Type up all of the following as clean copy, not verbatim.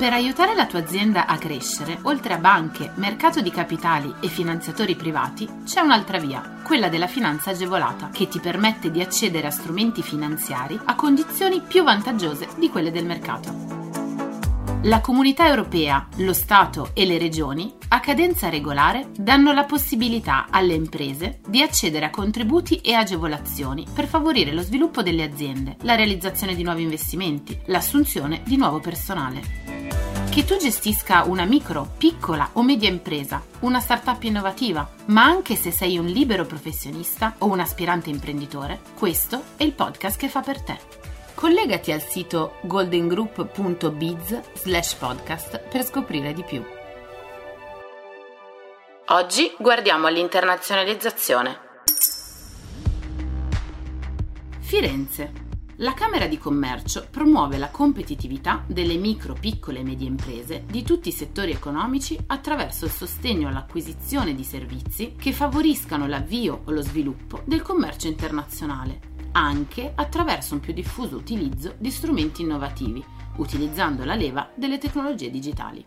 Per aiutare la tua azienda a crescere, oltre a banche, mercato di capitali e finanziatori privati, c'è un'altra via, quella della finanza agevolata, che ti permette di accedere a strumenti finanziari a condizioni più vantaggiose di quelle del mercato. La Comunità Europea, lo Stato e le Regioni, a cadenza regolare, danno la possibilità alle imprese di accedere a contributi e agevolazioni per favorire lo sviluppo delle aziende, la realizzazione di nuovi investimenti, l'assunzione di nuovo personale. Che tu gestisca una micro, piccola o media impresa, una startup innovativa, ma anche se sei un libero professionista o un aspirante imprenditore, questo è il podcast che fa per te. Collegati al sito goldengroup.biz/podcast per scoprire di più. Oggi guardiamo all'internazionalizzazione. Firenze. La Camera di Commercio promuove la competitività delle micro, piccole e medie imprese di tutti i settori economici attraverso il sostegno all'acquisizione di servizi che favoriscano l'avvio o lo sviluppo del commercio internazionale, anche attraverso un più diffuso utilizzo di strumenti innovativi, utilizzando la leva delle tecnologie digitali.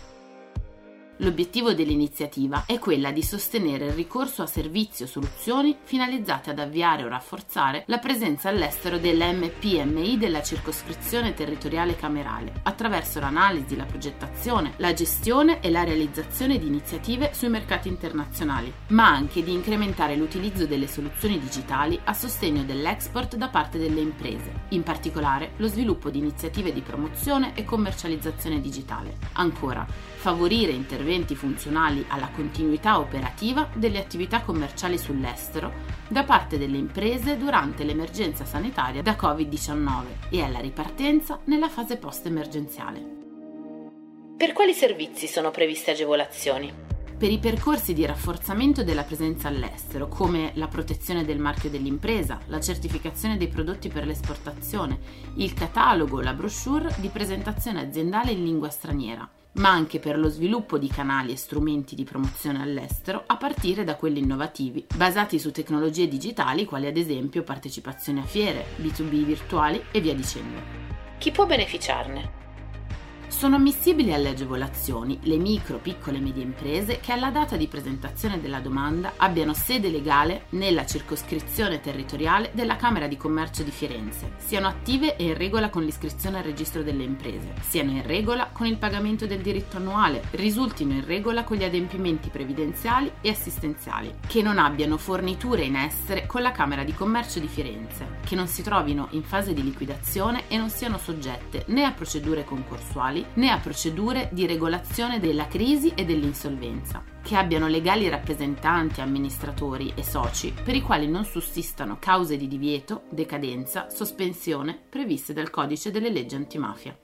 L'obiettivo dell'iniziativa è quella di sostenere il ricorso a servizi o soluzioni finalizzate ad avviare o rafforzare la presenza all'estero delle MPMI della circoscrizione territoriale camerale, attraverso l'analisi, la progettazione, la gestione e la realizzazione di iniziative sui mercati internazionali, ma anche di incrementare l'utilizzo delle soluzioni digitali a sostegno dell'export da parte delle imprese, in particolare lo sviluppo di iniziative di promozione e commercializzazione digitale. Ancora, favorire interventi funzionali alla continuità operativa delle attività commerciali sull'estero da parte delle imprese durante l'emergenza sanitaria da Covid-19 e alla ripartenza nella fase post-emergenziale. Per quali servizi sono previste agevolazioni? Per i percorsi di rafforzamento della presenza all'estero, come la protezione del marchio dell'impresa, la certificazione dei prodotti per l'esportazione, il catalogo o la brochure di presentazione aziendale in lingua straniera, ma anche per lo sviluppo di canali e strumenti di promozione all'estero a partire da quelli innovativi, basati su tecnologie digitali quali ad esempio partecipazione a fiere, B2B virtuali e via dicendo. Chi può beneficiarne? Sono ammissibili alle agevolazioni le micro, piccole e medie imprese che alla data di presentazione della domanda abbiano sede legale nella circoscrizione territoriale della Camera di Commercio di Firenze, siano attive e in regola con l'iscrizione al registro delle imprese, siano in regola con il pagamento del diritto annuale, risultino in regola con gli adempimenti previdenziali e assistenziali, che non abbiano forniture in essere con la Camera di Commercio di Firenze, che non si trovino in fase di liquidazione e non siano soggette né a procedure concorsuali né a procedure di regolazione della crisi e dell'insolvenza, che abbiano legali rappresentanti, amministratori e soci per i quali non sussistano cause di divieto, decadenza, sospensione previste dal Codice delle leggi antimafia.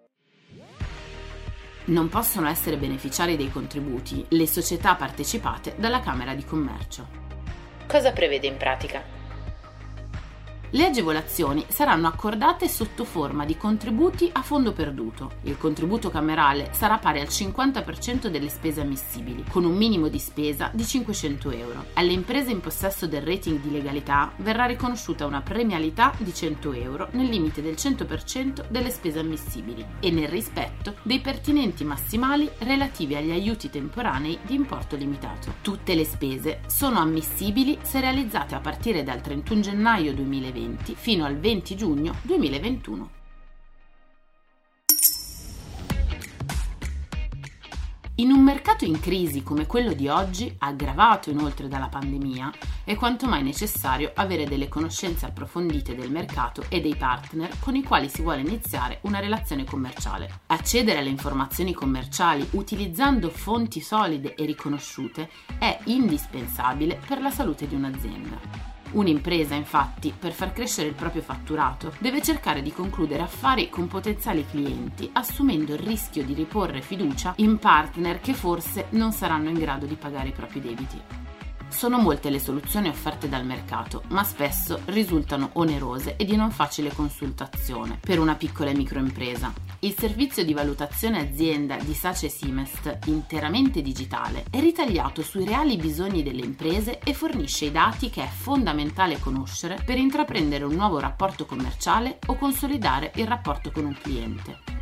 Non possono essere beneficiari dei contributi le società partecipate dalla Camera di Commercio. Cosa prevede in pratica? Le agevolazioni saranno accordate sotto forma di contributi a fondo perduto. Il contributo camerale sarà pari al 50% delle spese ammissibili, con un minimo di spesa di 500 euro. Alle imprese in possesso del rating di legalità verrà riconosciuta una premialità di 100 euro nel limite del 100% delle spese ammissibili e nel rispetto dei pertinenti massimali relativi agli aiuti temporanei di importo limitato. Tutte le spese sono ammissibili se realizzate a partire dal 31 gennaio 2020 fino al 20 giugno 2021. In un mercato in crisi come quello di oggi, aggravato inoltre dalla pandemia, è quanto mai necessario avere delle conoscenze approfondite del mercato e dei partner con i quali si vuole iniziare una relazione commerciale. Accedere alle informazioni commerciali utilizzando fonti solide e riconosciute è indispensabile per la salute di un'azienda. Un'impresa, infatti, per far crescere il proprio fatturato, deve cercare di concludere affari con potenziali clienti, assumendo il rischio di riporre fiducia in partner che forse non saranno in grado di pagare i propri debiti. Sono molte le soluzioni offerte dal mercato, ma spesso risultano onerose e di non facile consultazione per una piccola e microimpresa. Il servizio di valutazione azienda di Sace Simest, interamente digitale, è ritagliato sui reali bisogni delle imprese e fornisce i dati che è fondamentale conoscere per intraprendere un nuovo rapporto commerciale o consolidare il rapporto con un cliente.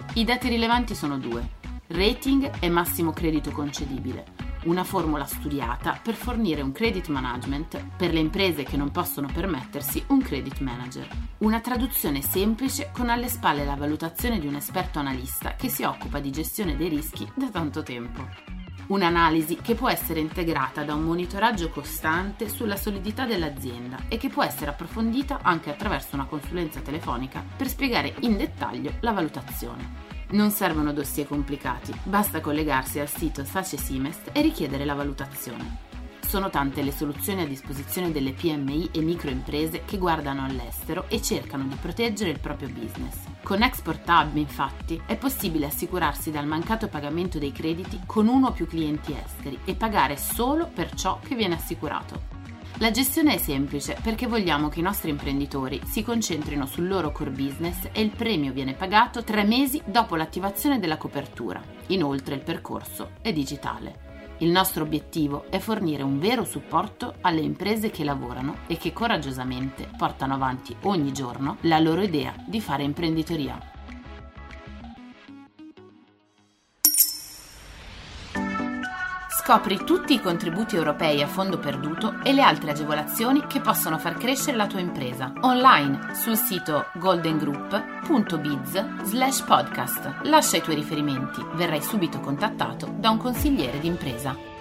I dati rilevanti sono 2: rating e massimo credito concedibile, una formula studiata per fornire un credit management per le imprese che non possono permettersi un credit manager. Una traduzione semplice con alle spalle la valutazione di un esperto analista che si occupa di gestione dei rischi da tanto tempo. Un'analisi che può essere integrata da un monitoraggio costante sulla solidità dell'azienda e che può essere approfondita anche attraverso una consulenza telefonica per spiegare in dettaglio la valutazione. Non servono dossier complicati, basta collegarsi al sito Sace Simest e richiedere la valutazione. Sono tante le soluzioni a disposizione delle PMI e microimprese che guardano all'estero e cercano di proteggere il proprio business. Con Export Hub, infatti, è possibile assicurarsi dal mancato pagamento dei crediti con uno o più clienti esteri e pagare solo per ciò che viene assicurato. La gestione è semplice perché vogliamo che i nostri imprenditori si concentrino sul loro core business e il premio viene pagato 3 mesi dopo l'attivazione della copertura. Inoltre il percorso è digitale. Il nostro obiettivo è fornire un vero supporto alle imprese che lavorano e che coraggiosamente portano avanti ogni giorno la loro idea di fare imprenditoria. Scopri tutti i contributi europei a fondo perduto e le altre agevolazioni che possono far crescere la tua impresa online sul sito goldengroup.biz/podcast. Lascia i tuoi riferimenti, verrai subito contattato da un consigliere d'impresa.